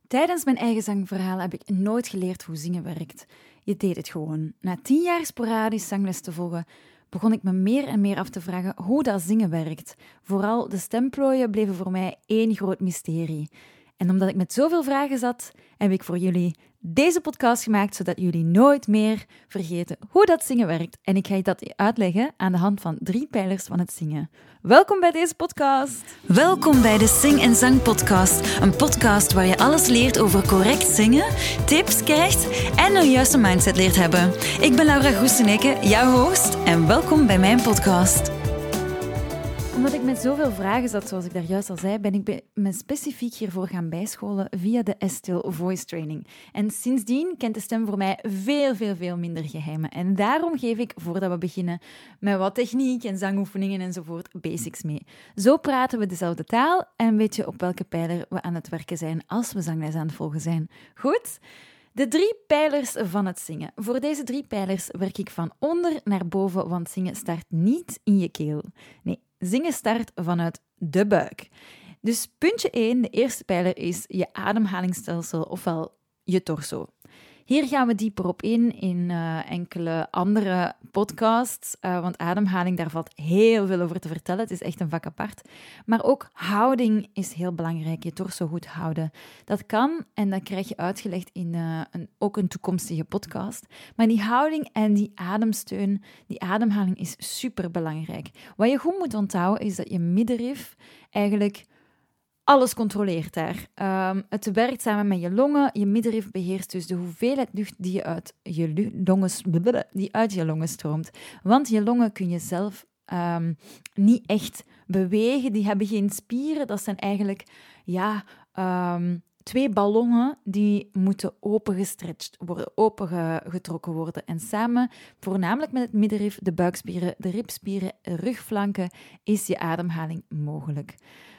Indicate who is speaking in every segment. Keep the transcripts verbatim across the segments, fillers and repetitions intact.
Speaker 1: Tijdens mijn eigen zangverhaal heb ik nooit geleerd hoe zingen werkt. Je deed het gewoon. Na tien jaar sporadisch zangles te volgen, begon ik me meer en meer af te vragen hoe dat zingen werkt. Vooral de stemplooien bleven voor mij één groot mysterie. En omdat ik met zoveel vragen zat, heb ik voor jullie deze podcast gemaakt, zodat jullie nooit meer vergeten hoe dat zingen werkt. En ik ga je dat uitleggen aan de hand van drie pijlers van het zingen. Welkom bij deze podcast.
Speaker 2: Welkom bij de Sing en Zang podcast. Een podcast waar je alles leert over correct zingen, tips krijgt en een juiste mindset leert hebben. Ik ben Laura Groeseneke, jouw host, en welkom bij mijn podcast.
Speaker 1: Omdat ik met zoveel vragen zat, zoals ik daar juist al zei, ben ik me specifiek hiervoor gaan bijscholen via de Estill Voice Training. En sindsdien kent de stem voor mij veel, veel, veel minder geheimen. En daarom geef ik, voordat we beginnen met wat techniek en zangoefeningen enzovoort, basics mee. Zo praten we dezelfde taal en weet je op welke pijler we aan het werken zijn als we zangles aan het volgen zijn. Goed? De drie pijlers van het zingen. Voor deze drie pijlers werk ik van onder naar boven, want zingen start niet in je keel. Nee, zingen start vanuit de buik. Dus puntje één, de eerste pijler, is je ademhalingsstelsel, ofwel je torso. Hier gaan we dieper op in, in uh, enkele andere podcasts, uh, want ademhaling, daar valt heel veel over te vertellen. Het is echt een vak apart. Maar ook houding is heel belangrijk, je torso goed houden. Dat kan, en dat krijg je uitgelegd in uh, een, ook een toekomstige podcast. Maar die houding en die ademsteun, die ademhaling is superbelangrijk. Wat je goed moet onthouden, is dat je middenrif eigenlijk alles controleert daar. Um, het werkt samen met je longen. Je middenrif beheerst dus de hoeveelheid lucht die, je uit, je longen, die uit je longen stroomt. Want je longen kun je zelf um, niet echt bewegen. Die hebben geen spieren. Dat zijn eigenlijk ja, um, twee ballonnen die moeten opengestretched worden, opengetrokken worden. En samen, voornamelijk met het middenrif, de buikspieren, de ribspieren, de rugflanken, is je ademhaling mogelijk.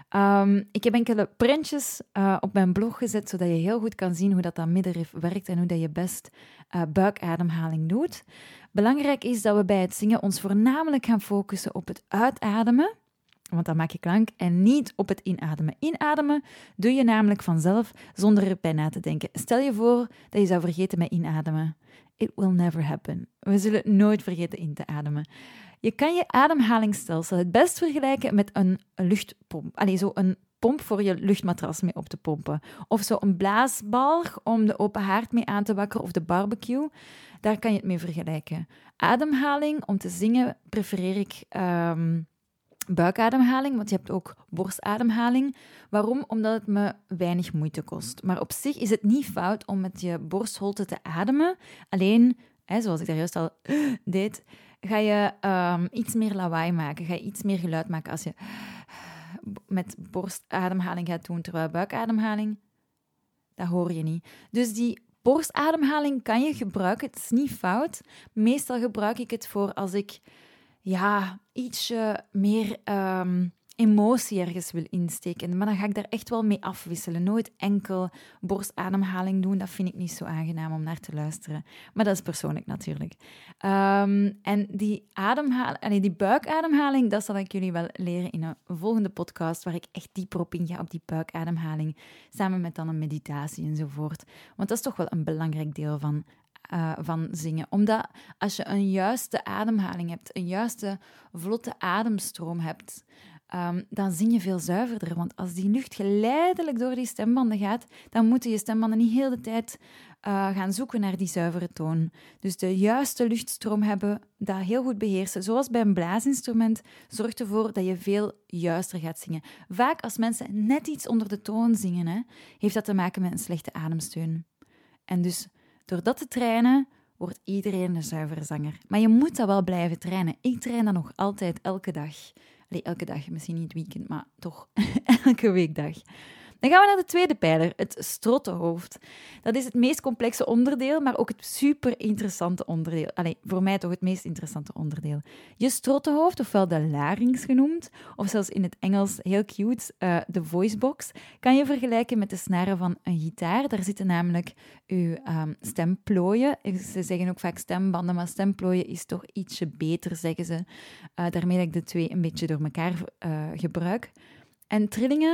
Speaker 1: Um, ik heb enkele printjes uh, op mijn blog gezet, zodat je heel goed kan zien hoe dat, dat middenrif werkt en hoe dat je best uh, buikademhaling doet. Belangrijk is dat we bij het zingen ons voornamelijk gaan focussen op het uitademen, want dan maak je klank, en niet op het inademen. Inademen doe je namelijk vanzelf zonder erbij na te denken. Stel je voor dat je zou vergeten met inademen. It will never happen. We zullen nooit vergeten in te ademen. Je kan je ademhalingsstelsel het best vergelijken met een luchtpomp. Allee, zo een pomp voor je luchtmatras mee op te pompen. Of zo een blaasbalg om de open haard mee aan te wakkeren, of de barbecue. Daar kan je het mee vergelijken. Ademhaling, om te zingen, prefereer ik um, buikademhaling, want je hebt ook borstademhaling. Waarom? Omdat het me weinig moeite kost. Maar op zich is het niet fout om met je borstholte te ademen. Alleen, hè, zoals ik daar juist al deed, ga je um, iets meer lawaai maken, ga je iets meer geluid maken als je met borstademhaling gaat doen, terwijl buikademhaling, dat hoor je niet. Dus die borstademhaling kan je gebruiken, het is niet fout. Meestal gebruik ik het voor als ik ja, ietsje meer um, emotie ergens wil insteken. Maar dan ga ik daar echt wel mee afwisselen. Nooit enkel borstademhaling doen, dat vind ik niet zo aangenaam om naar te luisteren. Maar dat is persoonlijk natuurlijk. Um, en die, ademhaling, allee, die buikademhaling, dat zal ik jullie wel leren in een volgende podcast, waar ik echt dieper op inga op die buikademhaling, samen met dan een meditatie enzovoort. Want dat is toch wel een belangrijk deel van Uh, van zingen. Omdat als je een juiste ademhaling hebt, een juiste vlotte ademstroom hebt, um, dan zing je veel zuiverder. Want als die lucht geleidelijk door die stembanden gaat, dan moeten je stembanden niet heel de tijd uh, gaan zoeken naar die zuivere toon. Dus de juiste luchtstroom hebben, dat heel goed beheersen. Zoals bij een blaasinstrument, zorgt ervoor dat je veel juister gaat zingen. Vaak als mensen net iets onder de toon zingen, hè, heeft dat te maken met een slechte ademsteun. En dus door dat te trainen, wordt iedereen een zuivere zanger. Maar je moet dat wel blijven trainen. Ik train dat nog altijd elke dag. Allee, elke dag, misschien niet het weekend, maar toch elke weekdag. Dan gaan we naar de tweede pijler, het strottenhoofd. Dat is het meest complexe onderdeel, maar ook het super interessante onderdeel. Allee, voor mij toch het meest interessante onderdeel. Je strottenhoofd, ofwel de larynx genoemd, of zelfs in het Engels heel cute, uh, de voicebox, kan je vergelijken met de snaren van een gitaar. Daar zitten namelijk uw um, stemplooien. Ze zeggen ook vaak stembanden, maar stemplooien is toch ietsje beter, zeggen ze. Uh, daarmee dat ik de twee een beetje door elkaar uh, gebruik. En trillingen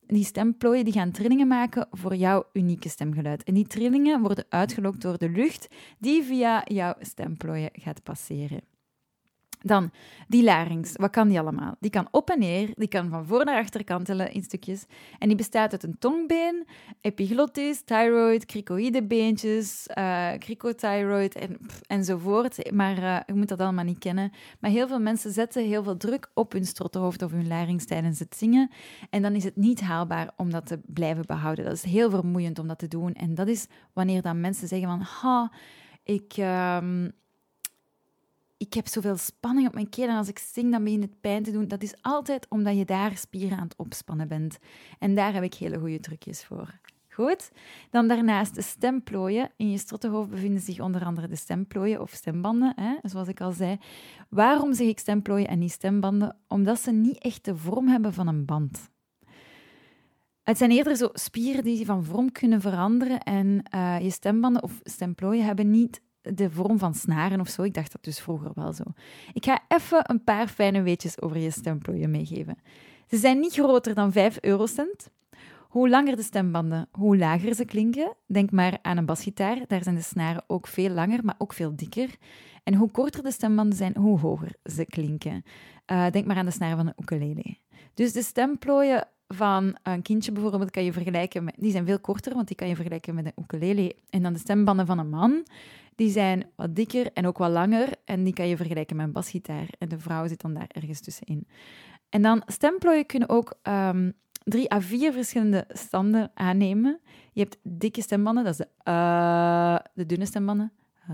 Speaker 1: die stemplooien die gaan trillingen maken voor jouw unieke stemgeluid. En die trillingen worden uitgelokt door de lucht die via jouw stemplooien gaat passeren. Dan, die larynx. Wat kan die allemaal? Die kan op en neer, die kan van voor naar achter kantelen in stukjes. En die bestaat uit een tongbeen, epiglottis, thyroid, cricoïdebeentjes, uh, cricothyroid en, pff, enzovoort. Maar uh, je moet dat allemaal niet kennen. Maar heel veel mensen zetten heel veel druk op hun strottenhoofd of hun larynx tijdens het zingen. En dan is het niet haalbaar om dat te blijven behouden. Dat is heel vermoeiend om dat te doen. En dat is wanneer dan mensen zeggen van... Ha, ik... Uh, Ik heb zoveel spanning op mijn keel en als ik zing, dan begint het pijn te doen. Dat is altijd omdat je daar spieren aan het opspannen bent. En daar heb ik hele goede trucjes voor. Goed? Dan daarnaast de stemplooien. In je strottenhoofd bevinden zich onder andere de stemplooien of stembanden, hè, zoals ik al zei. Waarom zeg ik stemplooien en niet stembanden? Omdat ze niet echt de vorm hebben van een band. Het zijn eerder zo spieren die van vorm kunnen veranderen en uh, je stembanden of stemplooien hebben niet de vorm van snaren of zo. Ik dacht dat dus vroeger wel zo. Ik ga even een paar fijne weetjes over je stemplooien meegeven. Ze zijn niet groter dan vijf eurocent. Hoe langer de stembanden, hoe lager ze klinken. Denk maar aan een basgitaar. Daar zijn de snaren ook veel langer, maar ook veel dikker. En hoe korter de stembanden zijn, hoe hoger ze klinken. Uh, denk maar aan de snaren van een ukulele. Dus de stemplooien van een kindje bijvoorbeeld kan je vergelijken met... Die zijn veel korter, want die kan je vergelijken met een ukulele. En dan de stembanden van een man... Die zijn wat dikker en ook wat langer en die kan je vergelijken met een basgitaar. En de vrouw zit dan daar ergens tussenin. En dan stemplooien kunnen ook um, drie à vier verschillende standen aannemen. Je hebt dikke stembanden, dat is de, uh, de dunne stembanden. Uh,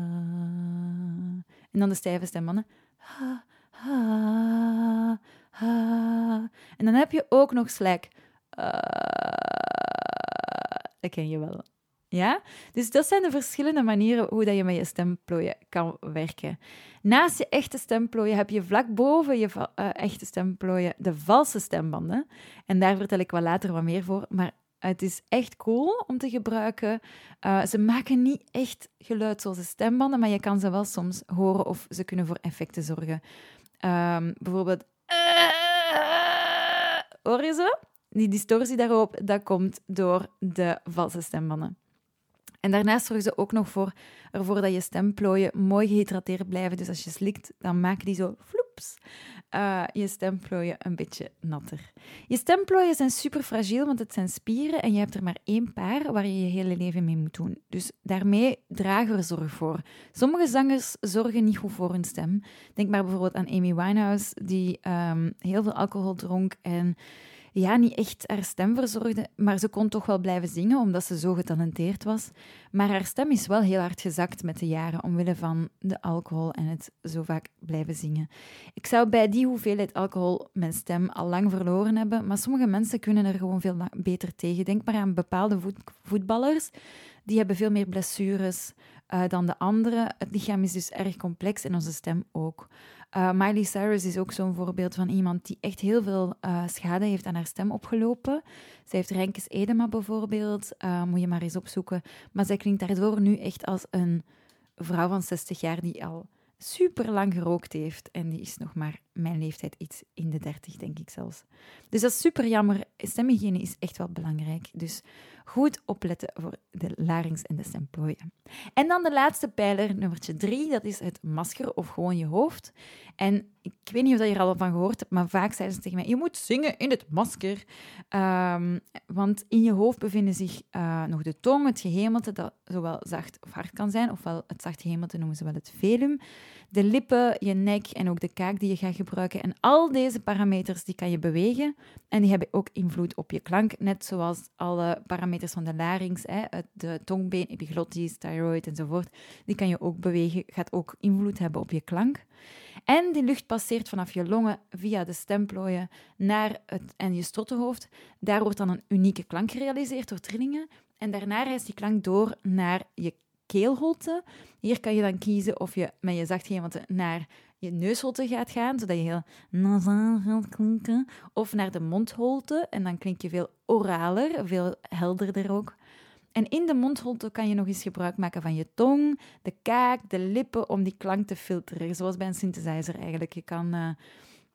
Speaker 1: en dan de stijve stembanden. Uh, uh, uh. En dan heb je ook nog slack. Uh, dat ken je wel. Ja? Dus dat zijn de verschillende manieren hoe dat je met je stemplooien kan werken. Naast je echte stemplooien heb je vlak boven je va- uh, echte stemplooien de valse stembanden. En daar vertel ik wel later wat meer voor. Maar het is echt cool om te gebruiken. Uh, ze maken niet echt geluid zoals de stembanden, maar je kan ze wel soms horen of ze kunnen voor effecten zorgen. Um, bijvoorbeeld... Uh, hoor je zo? Die distortie daarop, dat komt door de valse stembanden. En daarnaast zorgen ze ook nog voor, ervoor dat je stemplooien mooi gehydrateerd blijven. Dus als je slikt, dan maken die zo floeps uh, je stemplooien een beetje natter. Je stemplooien zijn super fragiel, want het zijn spieren en je hebt er maar één paar waar je je hele leven mee moet doen. Dus daarmee dragen we zorg voor. Sommige zangers zorgen niet goed voor hun stem. Denk maar bijvoorbeeld aan Amy Winehouse, die um, heel veel alcohol dronk en... ja, niet echt haar stem verzorgde, maar ze kon toch wel blijven zingen, omdat ze zo getalenteerd was. Maar haar stem is wel heel hard gezakt met de jaren, omwille van de alcohol en het zo vaak blijven zingen. Ik zou bij die hoeveelheid alcohol mijn stem al lang verloren hebben, maar sommige mensen kunnen er gewoon veel beter tegen. Denk maar aan bepaalde voet- voetballers, die hebben veel meer blessures uh, dan de anderen. Het lichaam is dus erg complex en onze stem ook. Uh, Miley Cyrus is ook zo'n voorbeeld van iemand die echt heel veel uh, schade heeft aan haar stem opgelopen. Zij heeft Rijnkes edema bijvoorbeeld, uh, moet je maar eens opzoeken. Maar zij klinkt daardoor nu echt als een vrouw van zestig jaar die al super lang gerookt heeft. En die is nog maar mijn leeftijd, iets in de dertig, denk ik zelfs. Dus dat is super jammer. Stemhygiëne is echt wel belangrijk. Dus goed opletten voor de larynx en de stemplooien. En dan de laatste pijler, nummertje drie, dat is het masker of gewoon je hoofd. En ik weet niet of je er al van gehoord hebt, maar vaak zeiden ze tegen mij, je moet zingen in het masker. Um, want in je hoofd bevinden zich uh, nog de tong, het gehemelte, dat zowel zacht of hard kan zijn, ofwel het zacht gehemelte noemen ze wel het velum, de lippen, je nek en ook de kaak die je gaat gebruiken. En al deze parameters die kan je bewegen en die hebben ook invloed op je klank, net zoals alle parameters van de larynx, hè, de tongbeen, epiglottis, thyroid enzovoort, die kan je ook bewegen, gaat ook invloed hebben op je klank. En die lucht passeert vanaf je longen via de stemplooien naar het, en je strottenhoofd. Daar wordt dan een unieke klank gerealiseerd door trillingen. En daarna reist die klank door naar je keelholte. Hier kan je dan kiezen of je met je zacht gehemelte naar je neusholte gaat gaan, zodat je heel nasaal gaat klinken. Of naar de mondholte, en dan klink je veel oraler, veel helderder ook. En in de mondholte kan je nog eens gebruik maken van je tong, de kaak, de lippen, om die klank te filteren. Zoals bij een synthesizer eigenlijk. Je kan uh,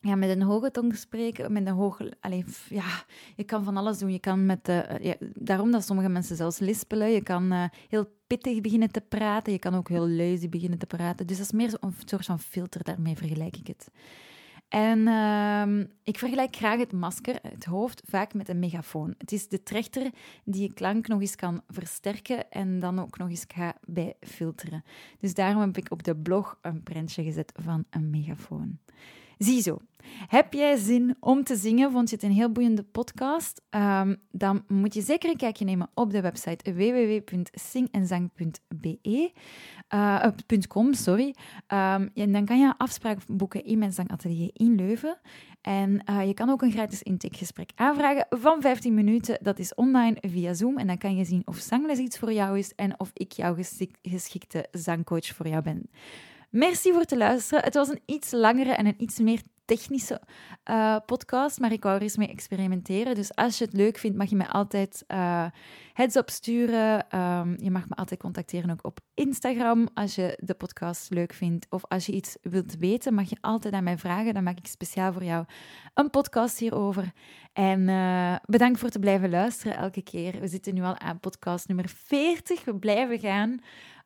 Speaker 1: ja, met een hoge tong spreken, met een hoge... Allee, ja, je kan van alles doen. Je kan met de, ja, daarom dat sommige mensen zelfs lispelen. Je kan uh, heel pittig beginnen te praten. Je kan ook heel lazy beginnen te praten. Dus dat is meer zo'n soort van filter, daarmee vergelijk ik het. En uh, ik vergelijk graag het masker, het hoofd, vaak met een megafoon. Het is de trechter die je klank nog eens kan versterken en dan ook nog eens gaat bijfilteren. Dus daarom heb ik op de blog een prentje gezet van een megafoon. Ziezo, heb jij zin om te zingen? Vond je het een heel boeiende podcast? Um, dan moet je zeker een kijkje nemen op de website w w w punt zing en zang punt b e. Uh, .com, sorry. Um, en dan kan je een afspraak boeken in mijn zangatelier in Leuven. En uh, je kan ook een gratis intakegesprek aanvragen van vijftien minuten. Dat is online via Zoom. En dan kan je zien of zangles iets voor jou is en of ik jouw geschikt, geschikte zangcoach voor jou ben. Merci voor het luisteren. Het was een iets langere en een iets meer technische uh, podcast, maar ik wou er eens mee experimenteren. Dus als je het leuk vindt, mag je me altijd uh, heads-up sturen. Um, je mag me altijd contacteren ook op Instagram als je de podcast leuk vindt. Of als je iets wilt weten, mag je altijd aan mij vragen. Dan maak ik speciaal voor jou een podcast hierover. En uh, bedankt voor te blijven luisteren elke keer. We zitten nu al aan podcast nummer veertig. We blijven gaan.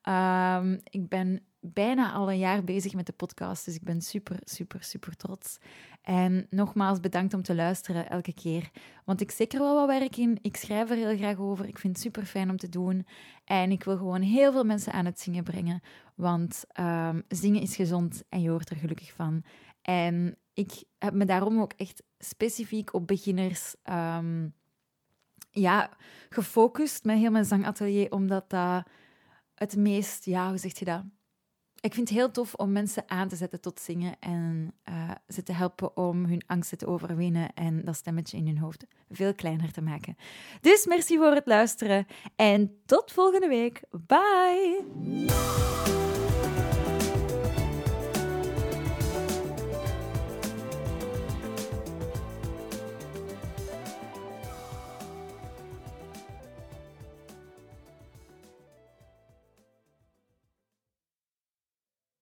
Speaker 1: Um, ik ben bijna al een jaar bezig met de podcast, dus ik ben super, super, super trots. En nogmaals bedankt om te luisteren elke keer, want ik steek er wel wat werk in. Ik schrijf er heel graag over. Ik vind het super fijn om te doen. En ik wil gewoon heel veel mensen aan het zingen brengen, want um, zingen is gezond en je wordt er gelukkig van. En ik heb me daarom ook echt specifiek op beginners um, ja, gefocust met heel mijn zangatelier, omdat dat het meest, ja, hoe zeg je dat? Ik vind het heel tof om mensen aan te zetten tot zingen en uh, ze te helpen om hun angsten te overwinnen en dat stemmetje in hun hoofd veel kleiner te maken. Dus merci voor het luisteren en tot volgende week. Bye!